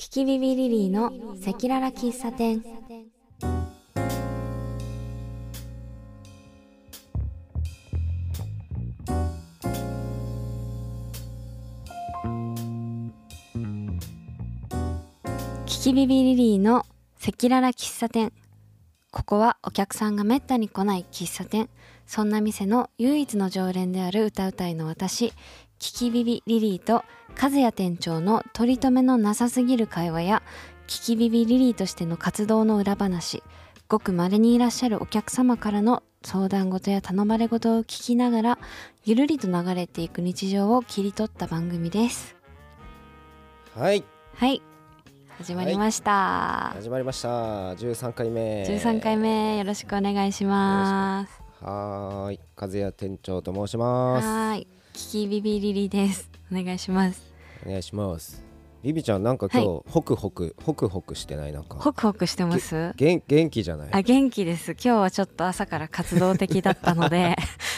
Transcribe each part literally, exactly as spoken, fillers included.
キキビビリリーの赤裸々喫茶店。キキビビリリーの赤裸々喫茶店。ここはお客さんがめったに来ない喫茶店。そんな店の唯一の常連である歌うたいの私、キキビビリリーと和也店長の取り留めのなさすぎる会話や、キキビビリリーとしての活動の裏話、ごく稀にいらっしゃるお客様からの相談事や頼まれ事を聞きながら、ゆるりと流れていく日常を切り取った番組です。 はいはい始まりました、はい、 始まりましたじゅうさんかいめじゅうさんかいめ、よろしくお願いします。 はーい、和也店長と申します。 はい、キキビビリリです。お願いします。 お願いします。ビビちゃん、なんか今日、はい、ホクホクホクホクしてない？なんかホクホクしてます？ 元元気じゃない？ あ、元気です。今日はちょっと朝から活動的だったので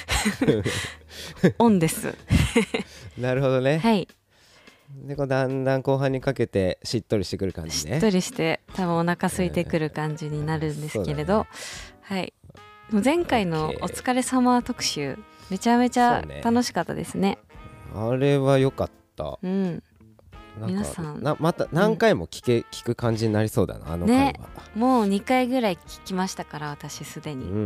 オンですなるほどね。 はい。 でこうだんだん後半にかけてしっとりしてくる感じね。 しっとりして多分お腹空いてくる感じになるんですけれど、ね、はい。前回のお疲れ様特集、めちゃめちゃ楽しかったですね。 あれは良かった。 うん。 なんか皆さんなまた何回も聞け、うん、聞く感じになりそうだな、あの回は、ね、 もうにかいぐらい聞きましたから、私すでに、うん、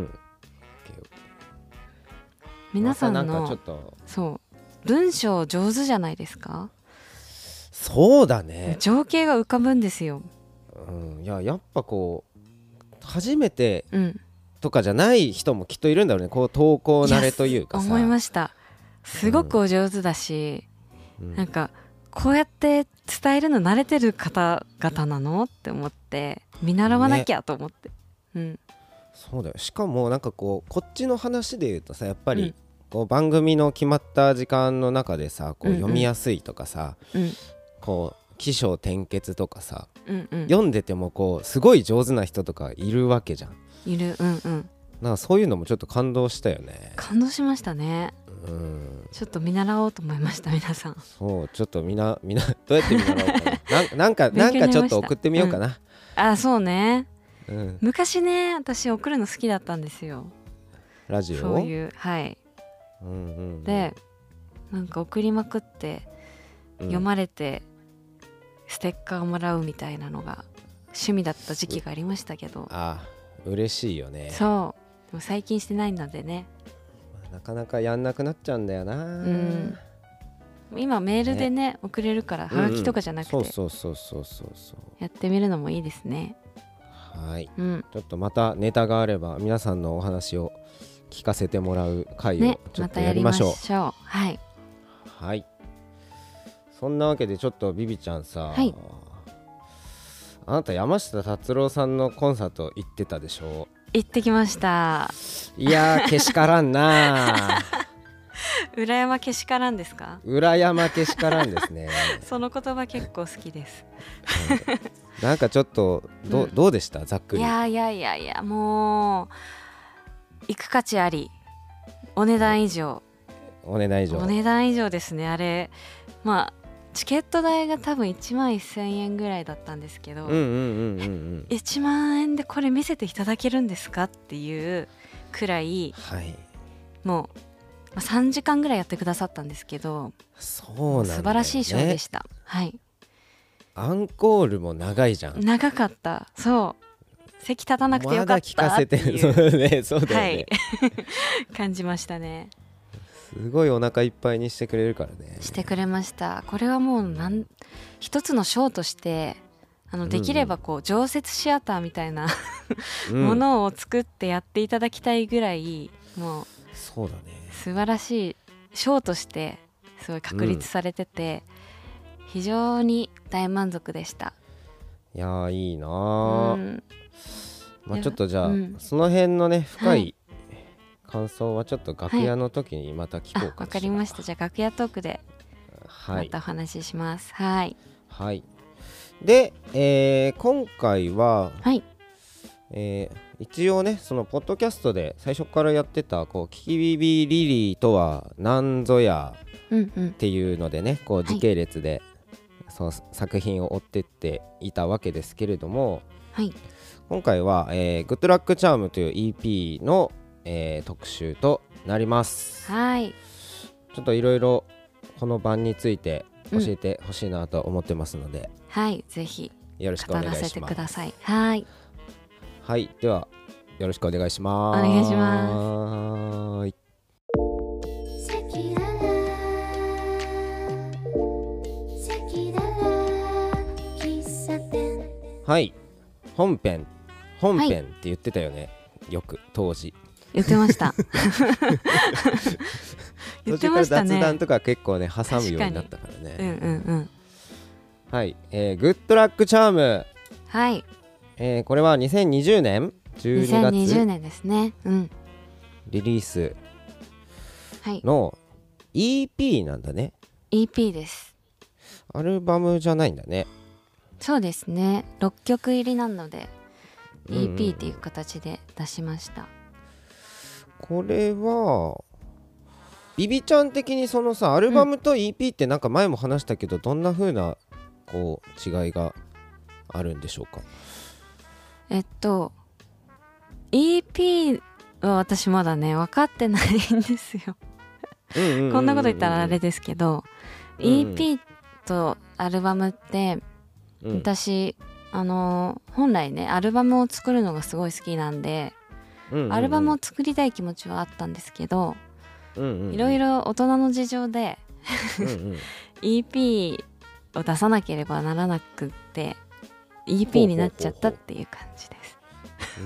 皆さんの、ま、なんかちょっとそう文章上手じゃないですか？ そうだね。 情景が浮かぶんですよ、 うん、いややっぱこう初めてとかじゃない人もきっといるんだろうね、こう投稿慣れというかさ。 思いました。すごくお上手だし、うん、なんかこうやって伝えるの慣れてる方々なのって思って見習わなきゃと思って、ね、うん、そうだよ。しかもなんかこうこっちの話で言うとさ、やっぱりこう番組の決まった時間の中でさ、こう読みやすいとかさ、うんうん、こう起承転結とかさ、うんうん、読んでてもこうすごい上手な人とかいるわけじゃん。 いる、うんうん。 なんかそういうのもちょっと感動したよね。 感動しましたね。うん、ちょっと見習おうと思いました。皆さん、 そうちょっとみなみなどうやって見習おうかななんかなんかちょっと送ってみようかな、うん、 あ、そうね、うん、昔ね、私送るの好きだったんですよ、 ラジオ。 そういう、はい、うんうんうん、でなんか送りまくって読まれて、うん、ステッカーをもらうみたいなのが趣味だった時期がありましたけど、 あ、嬉しいよね。 そう、もう最近してないのでね、 なかなかやんなくなっちゃうんだよな、うん、 今メールで ね, ね送れるから、はがきとかじゃなくて、 うんうん、そうそうそうそうそうやってみるのもいいですね。 はい、うん、ちょっとまたネタがあれば皆さんのお話を聞かせてもらう回をちょっとやりましょう、ね、またやりましょう。はい、 はい、そんなわけでちょっとビビちゃんさ、はい、あなた山下達郎さんのコンサート行ってたでしょ？ 行ってきました。 いやー、けしからんな裏山けしからんですか？ 裏山けしからんですねその言葉結構好きです、 うん、なんかちょっと ど,、うん、どうでした？ざっくり。 いやいやいやいや、もう行く価値あり、お値段以上、 お値段以上お値段以上ですね。あれ、まあチケット代が多分いちまんせんえんぐらいだったんですけど、うんうんうんうん、いちまんえんでこれ見せていただけるんですかっていうくらい、はい、もうさんじかんぐらいやってくださったんですけど、 そうなんだよね、 素晴らしいショーでした。はい、 アンコールも長いじゃん。 長かった。そう、席立たなくてよかったっていう、 まだ聞かせてそうね、そうだよね、 はい、感じましたね。 すごいお腹いっぱいにしてくれるからね。 してくれました。これはもうなん一つのショーとしてあのできればこう、うん、常設シアターみたいなものを作ってやっていただきたいぐらい、もうそうだね、 素晴らしいショーとしてすごい確立されてて、うん、非常に大満足でした。 いやー、いいなー、うん、まあ、ちょっとじゃあ、うん、その辺のね深い感想はちょっと楽屋の時にまた聞こうかしら。わ、 はい、かりました。じゃあ楽屋トークでまたお話しします。はい、 はい、で、えー、今回は、はい、えー、一応ねそのポッドキャストで最初からやってたこうキキビビリリーとは何ぞやっていうのでね、こう時系列でその作品を追ってっていたわけですけれども、 はい、 今回は、えー、グッドラックチャームという イーピー の、えー、特集となります。 はい、 ちょっといろいろこの版について教えてほしいなと思ってますので、 うん、はい、ぜひよろしくお願いします。 語らせてください。はい、 はい、ではよろしくお願いします。 お願いします。 はい、本編本編って言ってたよね、はい、よく当時言ってました言ってましたね。 途中から雑談とか結構ね挟むようになったからね。 うんうんうん。 はい、えー、グッドラックチャーム、 はい、 えー、これはにせんにじゅうねんじゅうにがつにせんにじゅうねんですね、うん、 リリースの イーピー なんだね。 イーピー です。 アルバムじゃないんだね。 そうですね、ろっきょく入りなので イーピー っていう形で出しました。 これはビビちゃん的にそのさアルバムと イーピー ってなんか前も話したけど、うん、どんな風なこう違いがあるんでしょうか。 えっと イーピー は私まだね分かってないんですよこんなこと言ったらあれですけど、うんうん、イーピー とアルバムって、うん、私あのー、本来ねアルバムを作るのがすごい好きなんで、うんうんうん、アルバムを作りたい気持ちはあったんですけど、いろいろ大人の事情でうん、うん、イーピー を出さなければならなくって イーピー になっちゃったっていう感じです。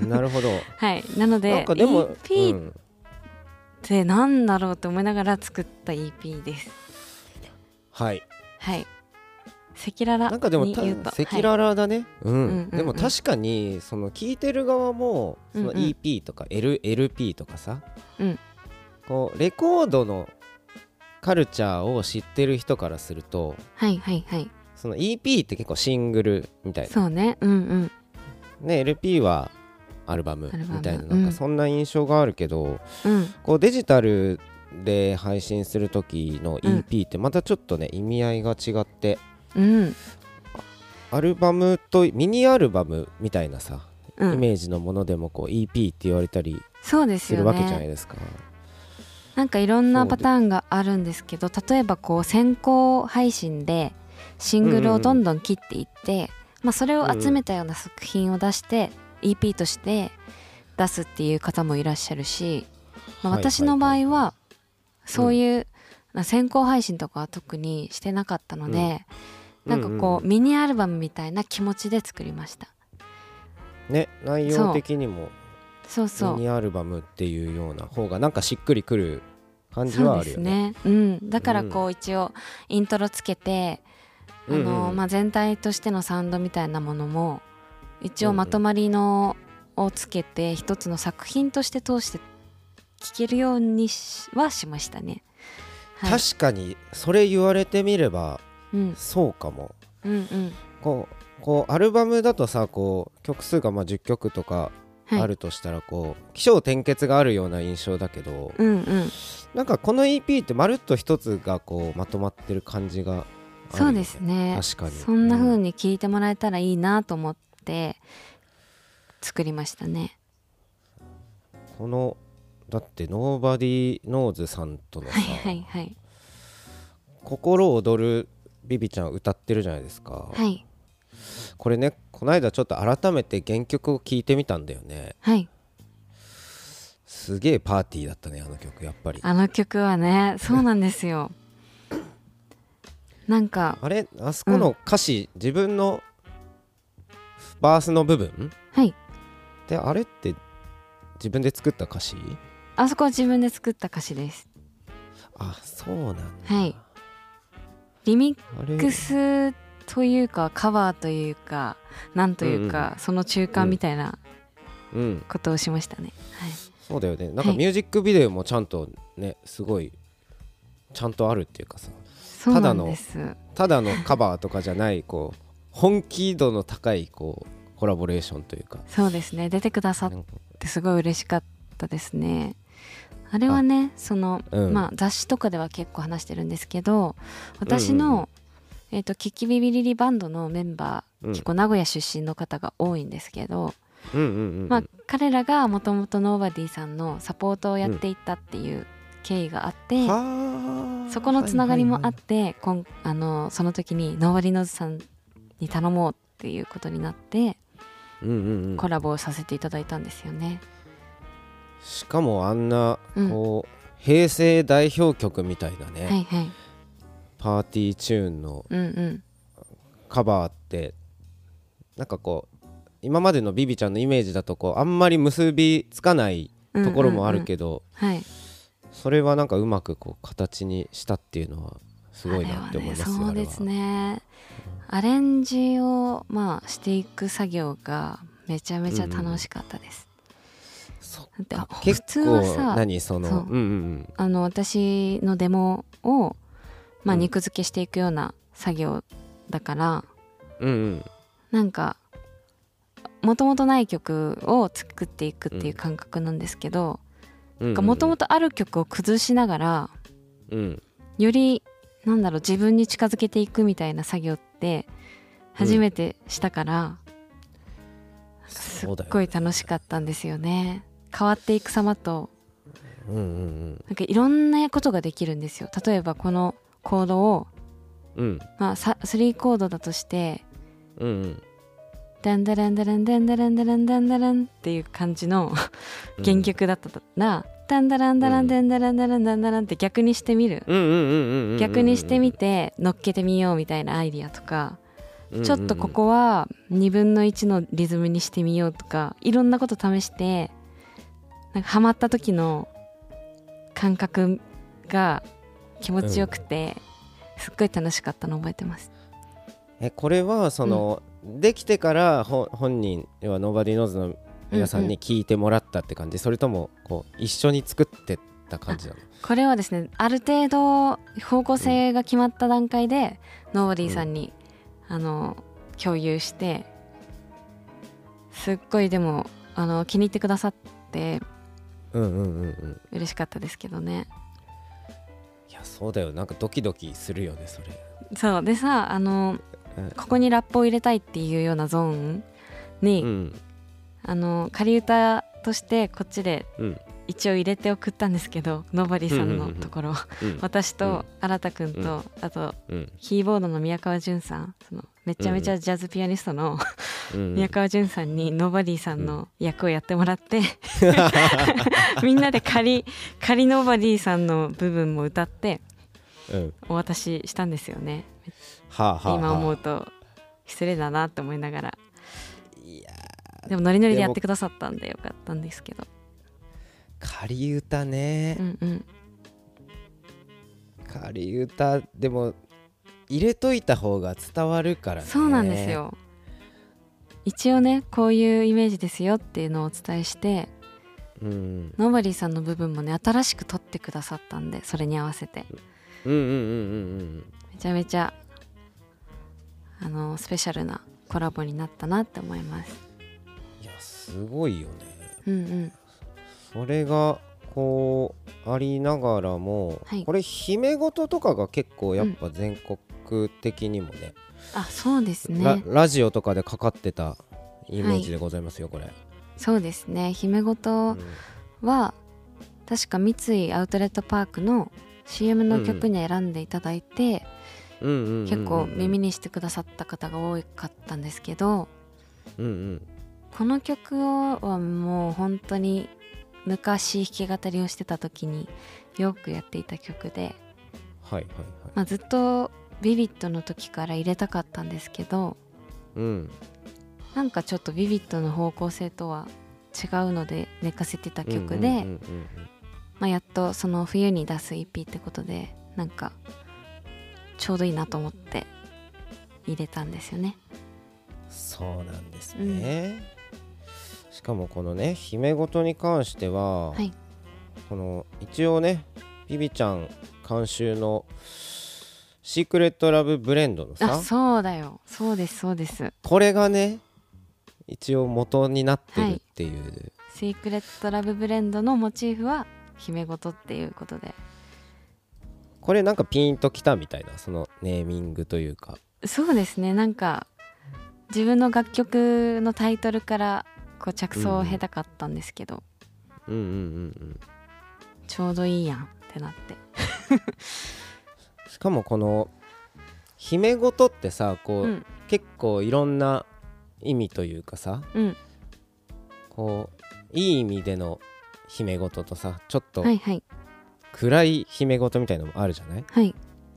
なるほどはい、なのでなんかでも イーピー ってなんだろうと思いながら作った イーピー です。 はいはい赤裸々 なんかでも赤裸々だね、はい、うんうんうんうん、でも確かにその聴いてる側もその イーピー とか L、うんうん、エルピー とかさ、うん、こうレコードのカルチャーを知ってる人からすると、 はいはいはい、 その イーピー って結構シングルみたいな、 そうね、うんうんね、エルピー はアルバムみたいな、なんかそんな印象があるけど、うん、こうデジタルで配信する時の イーピー ってまたちょっとね、うん、意味合いが違って、うん、アルバムとミニアルバムみたいなさ、うん、イメージのものでもこう イーピー って言われたりするわけじゃないですか。 なんかいろんなパターンがあるんですけど、例えばこう先行配信でシングルをどんどん切っていって、うんうん、まあ、それを集めたような作品を出して、うん、イーピー として出すっていう方もいらっしゃるし、まあ、私の場合はそういう先行配信とかは特にしてなかったので、うん、なんかこうミニアルバムみたいな気持ちで作りましたね。内容的にもそうそうミニアルバムっていうような方がなんかしっくりくる感じはあるよね。そうですね、 うん、だからこう一応イントロつけて、うん、あのまあ、全体としてのサウンドみたいなものも一応まとまりのをつけて一つの作品として通して聴けるようにはしましたね、 はい、確かにそれ言われてみれば、うん、そうかも、うんうん、こう、こうアルバムだとさ、こう曲数がまあじゅっきょくとかあるとしたらこう起承転結があるような印象だけど、うんうん、なんかこの イーピー ってまるっと一つがこうまとまってる感じがあるよね。 そうですね、確かにそんな風に聞いてもらえたらいいなと思って作りましたね。 このだってNobody Knowsさんとのさ、はいはいはい、心躍るビビちゃん歌ってるじゃないですか、はい、これね、この間ちょっと改めて原曲を聴いてみたんだよね、はい、すげえパーティーだったね、あの曲。やっぱりあの曲はね、そうなんですよなんかあれ、あそこの歌詞、うん、自分のバースの部分、はい、であれって自分で作った歌詞？ あそこは自分で作った歌詞です。 あ、そうなんだ。 はい、リミックスというかカバーというかなんというか、うん、その中間みたいなことをしましたね、うん、はい、 そうだよね。なんかミュージックビデオもちゃんとね、すごいちゃんとあるっていうかさ、 そうなんです。 ただのただのカバーとかじゃないこう本気度の高いこうコラボレーションというか。 そうですね、出てくださってすごい嬉しかったですね。あれはね、その、うん、まあ、雑誌とかでは結構話してるんですけど、私の、うんうん、 えーとキキビビリリバンドのメンバー、 うん、 結構名古屋出身の方が多いんですけど、 うんうんうんうん、 まあ、彼らがもともとノーバディさんのサポートをやっていったっていう経緯があって、 うん、 そこのつながりもあって、はいはいはい、こんあのその時にノーバディノーズさんに頼もうっていうことになって、うんうんうん、コラボをさせていただいたんですよね。 しかもあんなこう、うん、平成代表曲みたいなね、 はいはい、 パーティーチューンのカバーって、うんうん、なんかこう今までのビビちゃんのイメージだとこうあんまり結びつかないところもあるけど、 うんうんうん、はい、 それはなんかうまくこう形にしたっていうのはすごいなって思いますよ。 ね、そうですね、アレンジをまあしていく作業がめちゃめちゃ楽しかったです、うんうん、だって普通はさ、 何その、うんうんうん、 あの私のデモを、まあ、肉付けしていくような作業だから、 うんうん、 なんかもともとない曲を作っていくっていう感覚なんですけど、もともとある曲を崩しながら、うん、よりなんだろう自分に近づけていくみたいな作業って初めてしたから、うん、すっごい楽しかったんですよね。変わっていく様と、うんうんうん、なんかいろんなことができるんですよ。例えばこのコードを、うんまあ、スリーコードだとして、うんうんダンダランダランダンダランダランダンダランっていう感じの原曲だったら、ダンダランダランダンダランダランダンダランって逆にしてみる、逆にしてみて乗っけてみようみたいなアイディアとか、ちょっとここはにぶんのいちのリズムにしてみようとか、いろんなこと試してなんかハマった時の感覚が気持ちよくて、すっごい楽しかったの覚えてます。 えこれはその、うん、できてから本人はノーバディノーズの皆さんに聞いてもらったって感じ、うんうん、それともこう一緒に作ってった感じなの？ これはですね、ある程度方向性が決まった段階で、うん、ノーバディさんに、うん、あの共有して、すっごいでもあの気に入ってくださって、うんうんうんうん、嬉しかったですけどね。 いやそうだよ、なんかドキドキするよねそれ。 そうでさ、あのここにラップを入れたいっていうようなゾーンに、うん、あの仮歌としてこっちで一応入れて送ったんですけど、ノーバディさんのところ、うんうんうん、私と新くんと、うん、あと、うん、キーボードの宮川淳さん、そのめちゃめちゃジャズピアニストの、うん、宮川淳さんにノーバディさんの役をやってもらって、うん、みんなで仮仮ノーバディさんの部分も歌って、うん、お渡ししたんですよね。はあはあはあ、今思うと失礼だなって思いながら、いやでもノリノリでやってくださったんでよかったんですけど。 仮歌ね、うんうん、仮歌でも入れといた方が伝わるからね。 そうなんですよ。一応ねこういうイメージですよっていうのをお伝えして、うん、ノーバディさんの部分もね新しく撮ってくださったんで、それに合わせて、うんうんうんうんうん、めちゃめちゃあのスペシャルなコラボになったなって思います。 いやすごいよね、 うんうん、 それがこうありながらも、はい、これ姫事とかが結構やっぱ全国的にもね、 うん、あそうですねラ, ラジオとかでかかってたイメージでございますよ、はい、これ。 そうですね、姫事は、うん、確か三井アウトレットパークの シーエム の曲に選んでいただいて、うん、結構耳にしてくださった方が多かったんですけど、うんうん、この曲はもう本当に昔弾き語りをしてた時によくやっていた曲で、はいはいはい、まあ、ずっとビビットの時から入れたかったんですけど、うん、なんかちょっとビビットの方向性とは違うので寝かせてた曲で、まあ、やっとその冬に出す イーピー ってことでなんかちょうどいいなと思って入れたんですよね。 そうなんですね、うん、しかもこのね姫事に関しては、はい、この一応ねビビちゃん監修のシークレットラブブレンドのさ、 あそうだよ、そうですそうです、 これがね一応元になってるっていう、はい、 シークレットラブブレンドのモチーフは姫事っていうことで、 これなんかピンときたみたいな、そのネーミングというか。 そうですね、なんか自分の楽曲のタイトルからこう着想を経たかったんですけど、 うんうんうんうん、 ちょうどいいやんってなってしかもこの姫事ってさこう、うん、結構いろんな意味というかさ、うん、こういい意味での姫事とさちょっと暗い姫事みたいなのもあるじゃない、はい、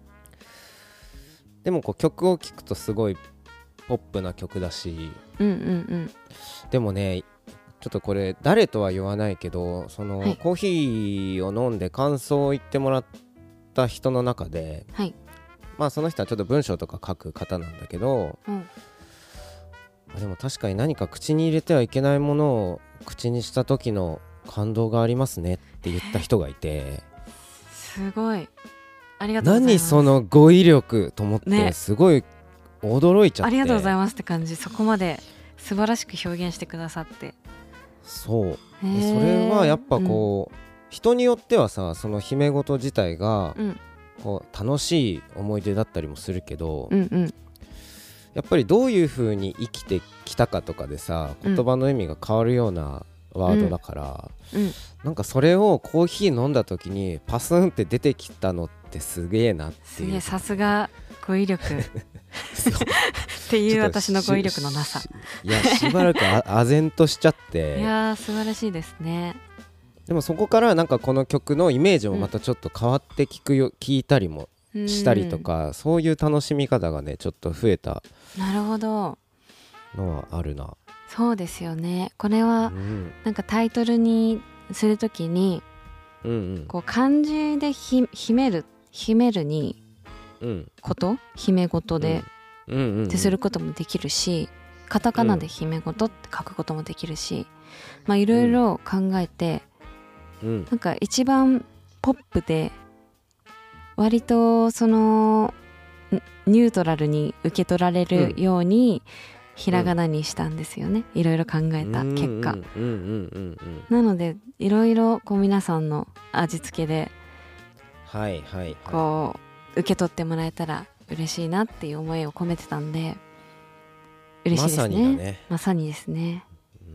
でもこう曲を聴くとすごいポップな曲だし、うんうんうん、でもねちょっとこれ誰とは言わないけどその、はい、コーヒーを飲んで感想を言ってもらった人の中で、はい、まあその人はちょっと文章とか書く方なんだけど、うん、でも確かに何か口に入れてはいけないものを口にした時の感動がありますねって言った人がいて、 すごいありがとうございます。 何その語彙力と思ってすごい驚いちゃって、 ね、ありがとうございますって感じ。そこまで素晴らしく表現してくださって、 そうでそれはやっぱこう、うん、人によってはさその姫事自体が、うん、こう楽しい思い出だったりもするけど、うんうん、やっぱりどういう風に生きてきたかとかでさ言葉の意味が変わるようなワードだから、うんうん、なんかそれをコーヒー飲んだ時にパスンって出てきたのってすげえなっていう。 さすが語彙力っていう私の語彙力のなさ。 いやしばらくあ唖然としちゃっていや素晴らしいですね。 でもそこからなんかこの曲のイメージもまたちょっと変わって聞くよ、うん、聞いたりもしたりとか、うん、そういう楽しみ方がねちょっと増えたなるほどのはあるな。 そうですよね。これはなんかタイトルにするときに、うんうん、こう漢字でひ秘める秘めるにこと、うん、秘め事で、うんうんうん、ってすることもできるし、カタカナで秘め事って書くこともできるし、まあいろいろ考えて、うん、なんか一番ポップで割とそのニュートラルに受け取られるようにひらがなにしたんですよね、いろいろ考えた結果。なのでいろいろこう皆さんの味付けではいはいはい、 こう受け取ってもらえたら嬉しいなっていう思いを込めてたんで嬉しいですね。まさにだね。まさにですね。うん、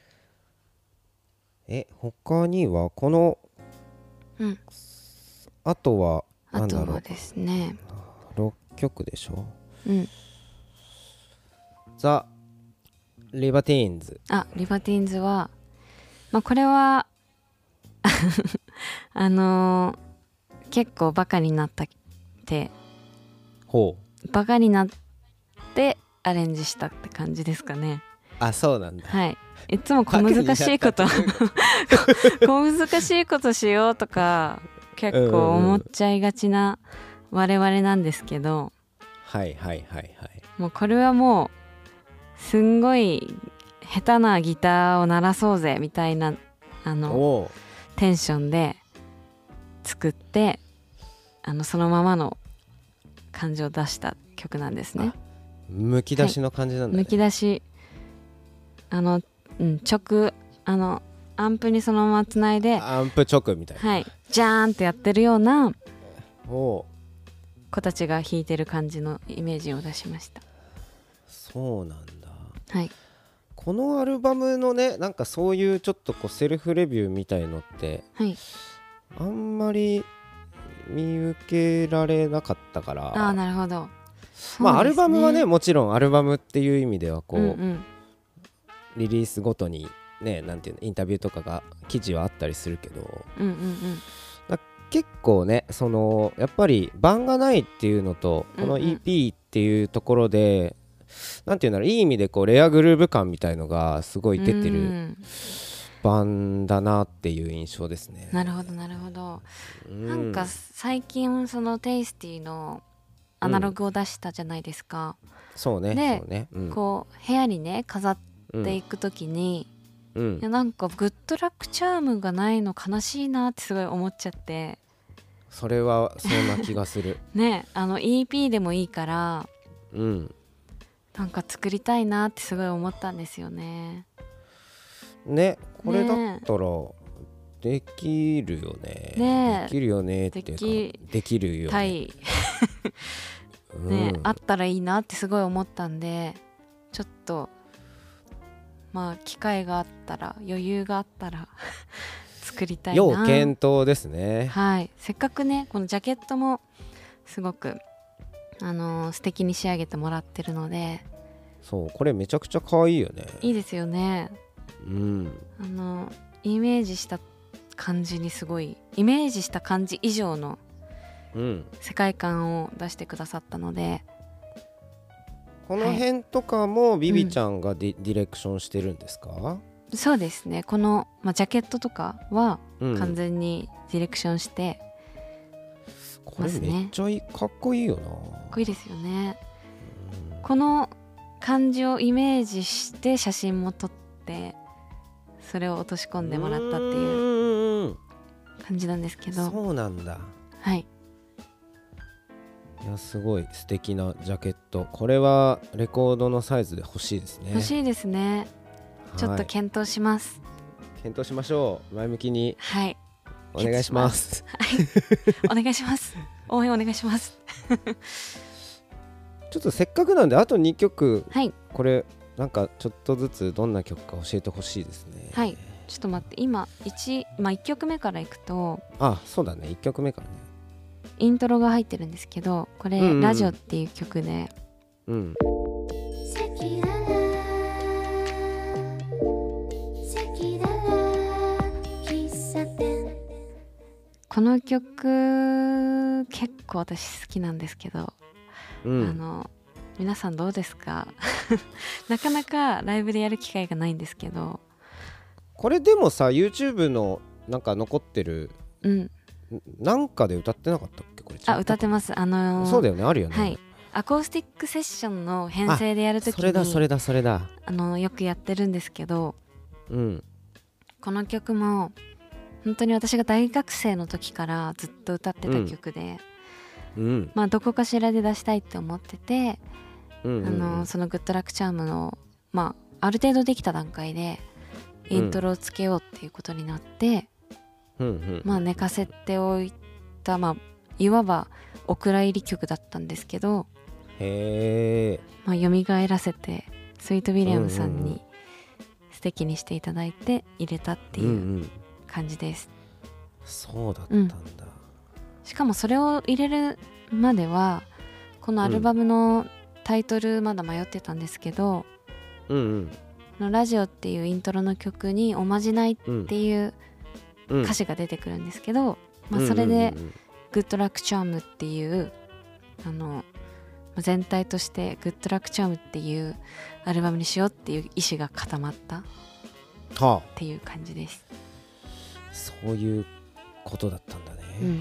え他にはこの、うん、あとはなんだろう、あとはですねろっきょくでしょ、うん、ザ・リバティーンズ。 あリバティーンズは、まあ、これはあのー、結構バカになったってほうバカになってアレンジしたって感じですかね。 あそうなんだ。 はいいつも小難しいこと小難しいことしようとか結構思っちゃいがちな我々なんですけど、うんうん、 はいはいはいはいもうこれはもうすんごい下手なギターを鳴らそうぜみたいなあのテンションで作ってあのそのままの感じを出した曲なんですね。 むき出しの感じなんだね、 はい、むき出しあの、うん、直あのアンプにそのままつないでアンプ直みたいな、 はい、ジャーンってやってるような子たちが弾いてる感じのイメージを出しました。 そうなんだ。 はい、 このアルバムのねなんかそういうちょっとこうセルフレビューみたいのって、はい、あんまり見受けられなかったから。 ああなるほど、ね、 まあアルバムはねもちろんアルバムっていう意味ではこう、うんうん、リリースごとにねなんていうのインタビューとかが記事はあったりするけど、うんうんうん、だ結構ねそのやっぱり版がないっていうのとこの イーピー っていうところで、うんうんなんていうんだろういい意味でこうレアグルーヴ感みたいのがすごい出てる版だなっていう印象ですね。 なるほどなるほど、うん、なんか最近そのテイスティのアナログを出したじゃないですか、うん、 そうねでそうね、うん、 こう部屋にね飾っていくときに、うん、いやなんかグッドラックチャームがないの悲しいなってすごい思っちゃって。 それはそんな気がするねあの イーピー でもいいからうんなんか作りたいなってすごい思ったんですよね。 ねこれだったらできるよね。 ねできるよねっていうかできできるよね。 はいね、うん、あったらいいなってすごい思ったんで、ちょっとまあ機会があったら余裕があったら作りたいな。 要検討ですね。 はい、せっかくねこのジャケットもすごくあのー、素敵に仕上げてもらってるので。 そうこれめちゃくちゃ可愛いよね。 いいですよね。 うんあのイメージした感じにすごいイメージした感じ以上の世界観を出してくださったので、 この辺とかもビビちゃんがディ、うん、ディレクションしてるんですか？ そうですね。この、まあ、ジャケットとかは完全にディレクションしてますね、 うん、これめっちゃいい、かっこいいよな。かっこいいですよね、うん、この感じをイメージして写真も撮ってそれを落とし込んでもらったっていう感じなんですけど。 そうなんだ。 はい。 いやすごい素敵なジャケット。これはレコードのサイズで欲しいですね。 欲しいですね。ちょっと検討します。 検討しましょう。前向きに。 はい。 お願いします。 はい。お願いします。応援お願いします。 ちょっとせっかくなんであとにきょく、 はい、 これなんかちょっとずつどんな曲か教えてほしいですね。 はい。ちょっと待って、今 1,、まあ、いっきょくめからいくと、 あ、そうだね、いっきょくめからねイントロが入ってるんですけど、これ、うんうん、ラジオっていう曲で、うん、この曲結構私好きなんですけど、うん、あの皆さんどうですか？なかなかライブでやる機会がないんですけど、 これでもさ YouTube のなんか残ってる、うん、なんかで歌ってなかったっけこれ？ あ、歌ってます。あのー、 そうだよね、あるよね。 はい、アコースティックセッションの編成でやるときに、 それだそれだそれだ、 あのー、よくやってるんですけど、うん、この曲も本当に私が大学生の時からずっと歌ってた曲で、うんうん、まあどこかしらで出したいって思ってて、うんうんうん、あのー、そのグッドラックチャームの、まあ、ある程度できた段階でイントロをつけようっていうことになって、うんうん、まあ寝かせておいた、まあ、いわばお蔵入り曲だったんですけど、へー、まあ、蘇らせてスイート・ウィリアムさんに素敵にしていただいて入れたっていう感じです、 うんうん、そうだったんだ、うん、 しかもそれを入れるまではこのアルバムのタイトルまだ迷ってたんですけど、うんうん、ラジオっていうイントロの曲におまじないっていう歌詞が出てくるんですけど、まあ、それでグッドラックチャームっていうあの全体としてグッドラックチャームっていうアルバムにしようっていう意思が固まったっていう感じです、はあ、そういうことだったんだね。うんうんうん。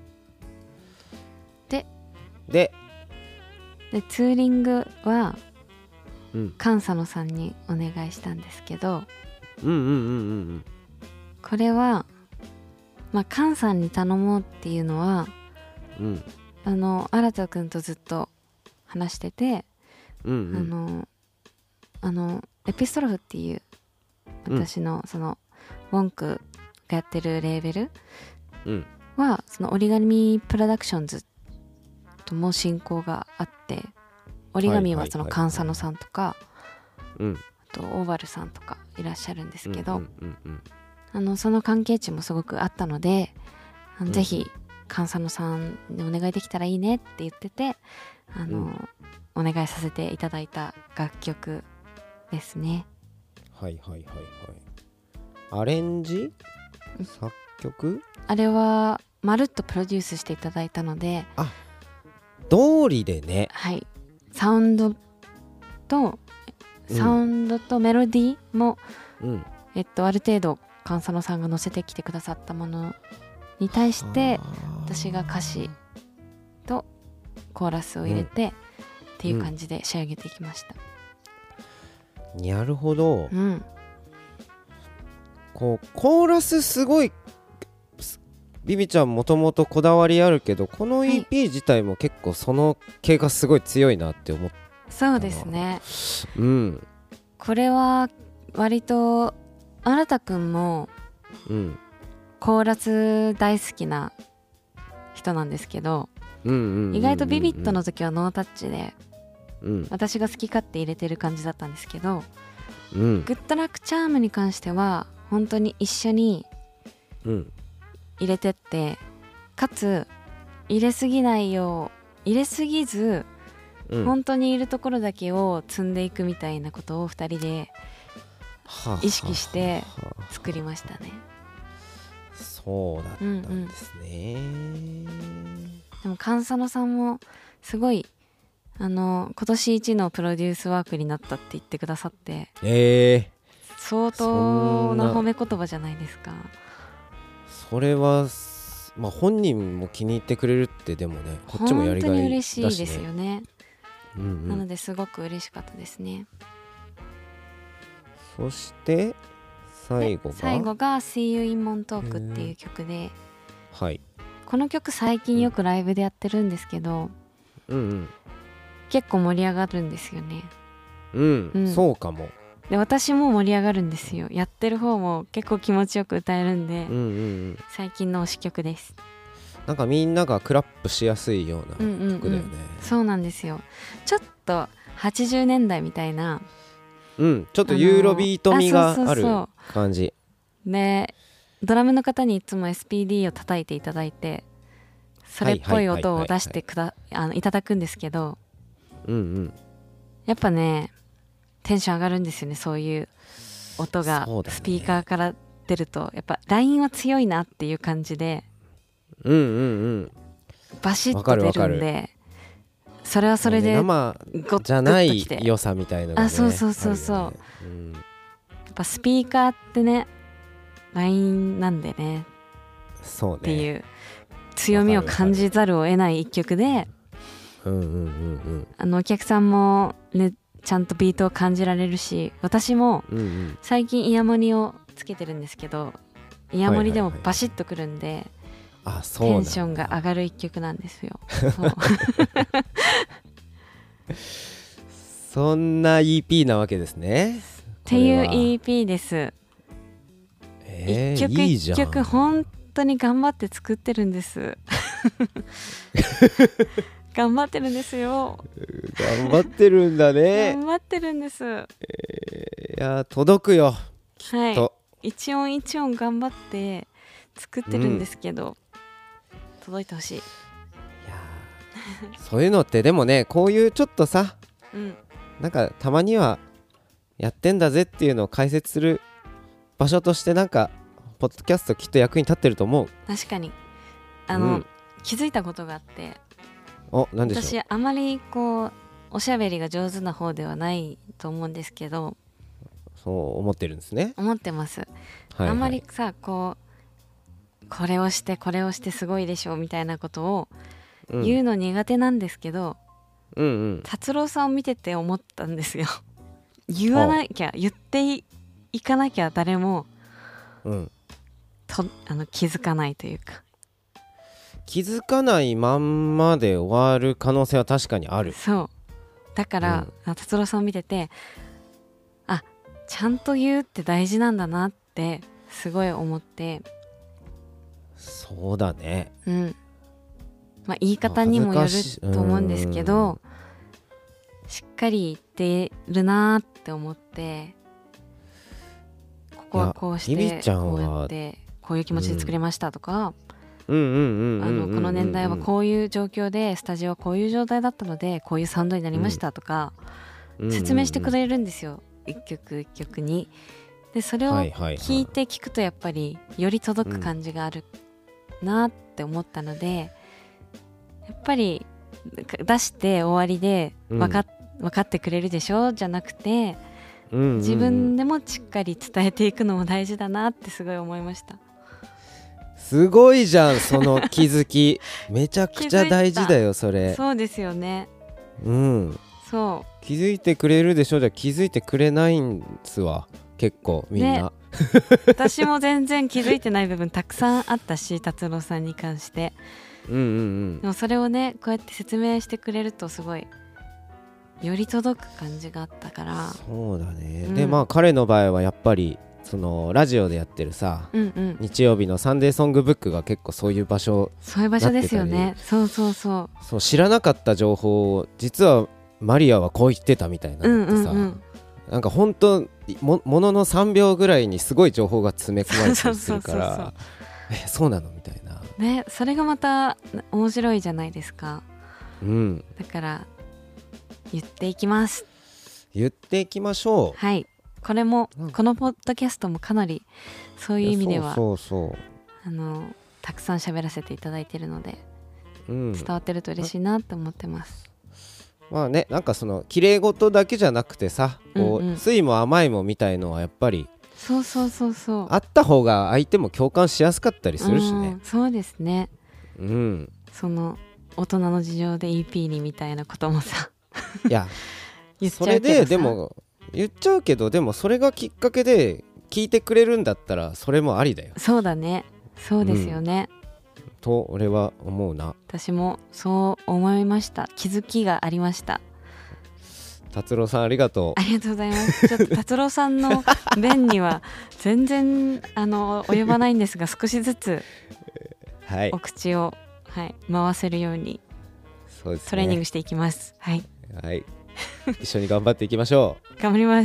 でででツーリングは菅佐野さんにお願いしたんですけど、うんうんうんうんうん、これはまあ菅さんに頼もうっていうのは、うん、あの新田くんとずっと話してて、うんうん、あのあのエピストロフっていう私のその、うん、ウォンクがやってるレーベルは、うん、その折り紙プロダクションズとも親交があって、折り紙はその菅佐野さんとか、うん、あとオーバルさんとかいらっしゃるんですけど、うんうんうんうん、あのその関係値もすごくあったので、あの、うん、ぜひ菅佐野さんにお願いできたらいいねって言ってて、あの、うん、お願いさせていただいた楽曲ですね。 はいはいはいはい。アレンジ？作曲？ あれはまるっとプロデュースしていただいたので、 あ、通りでね。 はい。サウンドとサウンドとメロディーも、うん、えっとある程度菅佐野さんが載せてきてくださったものに対して私が歌詞とコーラスを入れて、うん、っていう感じで仕上げていきました。 うん、なるほど、うん、こうコーラスすごいビビちゃんもともとこだわりあるけど、この イーピー 自体も結構その系がすごい強いなって思った。 そうですね、うん、これは割と新田くんもうん、 コーラス大好きな人なんですけど、意外とビビットの時はノータッチで、うん、私が好き勝手入れてる感じだったんですけど、うん、グッドラックチャームに関しては本当に一緒に入れてって、かつ入れすぎないよう入れすぎず、うん、本当にいるところだけを積んでいくみたいなことをふたりで意識して作りましたね。 そうだったんですね、うんうん、 でも菅佐野さんもすごいあの今年一のプロデュースワークになったって言ってくださって、 えー、 相当な褒め言葉じゃないですか。 それは、まあ、本人も気に入ってくれるってでもね、こっちもやりがいだしね。本当に嬉しいですよね、うんうん、なのですごく嬉しかったですね。 そして最後が最後が See You in Montauk っていう曲で、 はい、 この曲最近よくライブでやってるんですけど、うんうん、結構盛り上がるんですよね。 うん、うん、そうかも。 で私も盛り上がるんですよ。やってる方も結構気持ちよく歌えるんで、うんうんうん、最近の推し曲です。 なんかみんながクラップしやすいような曲だよね、うんうんうん、 そうなんですよ。ちょっとはちじゅうねんだいみたいな、 うん、ちょっとユーロビート味がある感じで、ドラムの方にいつも エスピーディー を叩いていただいて、それっぽい音を出してくだあのいただくんですけど、うんうん、やっぱねテンション上がるんですよね。そういう音がスピーカーから出ると、やっぱラインは強いなっていう感じで、うんうんうん、バシッと出るんで、それはそれで生じゃない良さみたいなのがね、 あ、そうそうそうそう、ね、うん、やっぱスピーカーってねラインなんでね、 そうねっていう強みを感じざるを得ない一曲で、うんうんうんうん、あのお客さんもねちゃんとビートを感じられるし、私も最近イヤモニをつけてるんですけど、イヤモニでもバシッとくるんで、はいはいはい、あ、そうなんだ、テンションが上がる一曲なんですよ。そうそんな イーピー なわけですね。 っていう イーピー です。 えー、 一曲一曲本当に頑張って作ってるんです頑張ってるんですよ。 頑張ってるんだね。 頑張ってるんです、えー、いや届くよきっと、 はい、一音一音頑張って作ってるんですけど、うん、届いてほしい。いやそういうのってでもね、こういうちょっとさ、うん、なんかたまにはやってんだぜっていうのを解説する場所として、なんかポッドキャストきっと役に立ってると思う。 確かにあの、うん、気づいたことがあって、 お、何でしょう。 私あまりこうおしゃべりが上手な方ではないと思うんですけど、 そう思ってるんですね。 思ってます、はいはい、あんまりさこうこれをしてこれをしてすごいでしょみたいなことを言うの苦手なんですけど、うんうんうん、達郎さんを見てて思ったんですよ言わなきゃ、言っていかなきゃ誰も、うん、とあの気づかないというか、 気づかないまんまで終わる可能性は確かにある。 そうだから、うん、達郎さんを見てて、あ、ちゃんと言うって大事なんだなってすごい思って。 そうだね、 うん、まあ、言い方にもよると思うんですけど、しっかり言ってるなって思って、ここはこうしてこうやってこういう気持ちで作りましたとか、この年代はこういう状況でスタジオはこういう状態だったのでこういうサウンドになりましたとか、説明してくれるんですよ、一曲一曲に。でそれを聞いて聞くとやっぱりより届く感じがあるなって思ったので、やっぱり出して終わりで分かっ、うん、分かってくれるでしょじゃなくて、うんうんうん、自分でもしっかり伝えていくのも大事だなってすごい思いました。 すごいじゃんその気づきめちゃくちゃ大事だよそれ。 そうですよね。 うん、そう気づいてくれるでしょじゃ気づいてくれないんですわ結構みんな、ね、 私も全然気づいてない部分たくさんあったし達郎さんに関して、うんうんうん、でもそれをねこうやって説明してくれるとすごいより届く感じがあったから。 そうだね、うん、でまあ彼の場合はやっぱりそのラジオでやってるさ、 うんうん、 日曜日のサンデーソングブックが結構そういう場所そういう場所ですよね。そうそうそう。 そう知らなかった情報を実はマリアはこう言ってたみたいなのってさ、うんうんうん、なんか本当 も, もののさんびょうぐらいにすごい情報が詰め込まれたりするからえそうなのみたいなね。それがまた面白いじゃないですか、 うん、 だから言っていきます。 言っていきましょう。 はい、これも、うん、このポッドキャストもかなりそういう意味ではそうそうそう、 あのたくさん喋らせていただいているので、うん、伝わってると嬉しいなって思ってます。 まあね、なんかその綺麗事だけじゃなくてさ、こう、うんうん、酸いも甘いもみたいのはやっぱりそうそうそうそうあった方が相手も共感しやすかったりするしね、 うん、そうですね、 うん、 その大人の事情で イーピー にみたいなこともさいや言っちゃうけどさ、それででも言っちゃうけど、でもそれがきっかけで聞いてくれるんだったらそれもありだよ。 そうだね、そうですよね、 うん、と俺は思うな。 私もそう思いました。気づきがありました。 達郎さんありがとう。 ありがとうございます。ちょっと達郎さんの弁には全然あの及ばないんですが、少しずつお口を、はい、回せるようにそうですね、トレーニングしていきます。はい、 はい、一緒に頑張っていきましょう。頑張ります。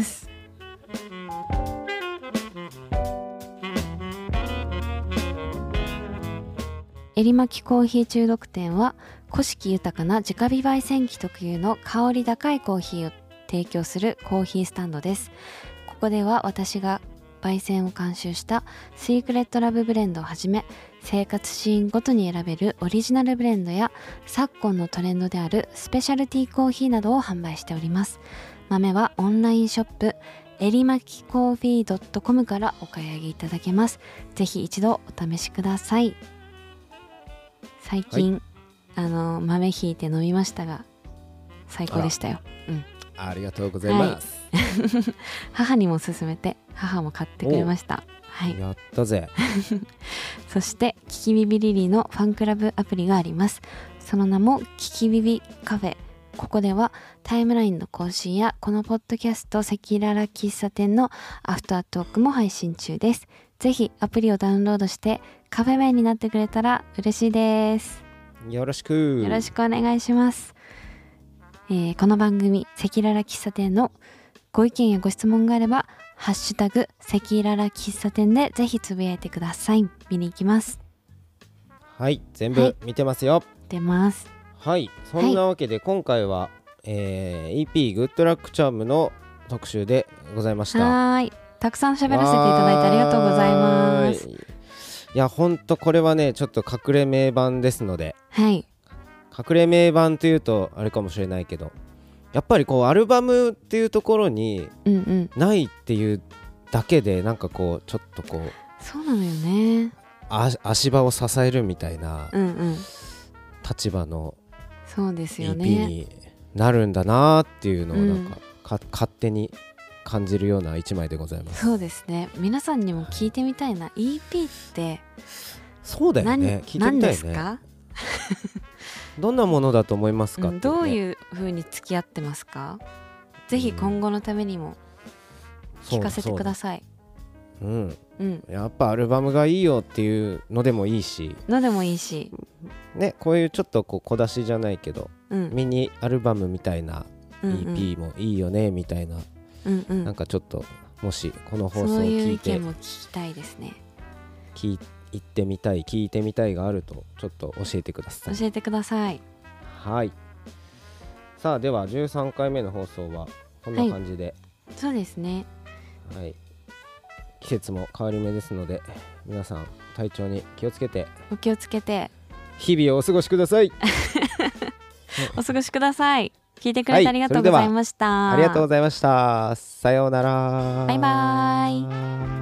えりまきコーヒー中毒店は古式豊かな直火焙煎機特有の香り高いコーヒーを提供するコーヒースタンドです。ここでは私が焙煎を監修したシークレットラブブレンドをはじめ、生活シーンごとに選べるオリジナルブレンドや昨今のトレンドであるスペシャルティーコーヒーなどを販売しております。豆はオンラインショップえりまきコーヒー ドットコム からお買い上げいただけます。ぜひ一度お試しください。最近、はい、あの豆ひいて飲みましたが最高でしたよ。うん、 ありがとうございます、 はい、母にも勧めて母も買ってくれました。はい、 やったぜそしてキキビビリリのファンクラブアプリがあります。その名もキキビビカフェ。ここではタイムラインの更新やこのポッドキャスト赤裸々喫茶店のアフタートークも配信中です。ぜひアプリをダウンロードしてカフェメインになってくれたら嬉しいです。 よろしくよろしくお願いします。えー、この番組赤裸々喫茶店のご意見やご質問があればハッシュタグ赤裸々喫茶店でぜひつぶやいてください。見に行きます。 はい、全部見てますよ。はい、 出ます。 はい、そんなわけで今回は、はい、えー、イーピー グッドラックチャームの特集でございました。 はい、たくさん喋らせていただいてありがとうございます。 いやほんとこれはねちょっと隠れ名盤ですので、 はい、 隠れ名盤というとあれかもしれないけど、やっぱりこうアルバムっていうところにないっていうだけでなんかこうちょっとこうそうなのよね、 あ足場を支えるみたいな立場のそうですよねイーピー になるんだなっていうのをなんか、か勝手に感じるような一枚でございます。 そうですね、皆さんにも聞いてみたいな、 イーピー ってそうだよね、聞いてみたいね。何ですかどんなものだと思いますか、 うん、どういう風に付き合ってますか。ぜひ今後のためにも聞かせてください。 うん、うん、やっぱアルバムがいいよっていうのでもいいしのでもいいしね、こういうちょっとこう小出しじゃないけど、うん、ミニアルバムみたいな イーピー もいいよねみたいな、うんうん、なんかちょっともしこの放送を聞いてそういう意見も聞きたいですね。 聞いてみたい聞いてみたいがあるとちょっと教えてください。 教えてください。 はい、さあではじゅうさんかいめの放送はこんな感じで、はい、 そうですね、 はい、季節も変わり目ですので皆さん体調に気をつけてお気をつけて日々をお過ごしくださいお過ごしください。聞いてくれてありがとうございました、 はい、ありがとうございました。さようなら。 バイバイ。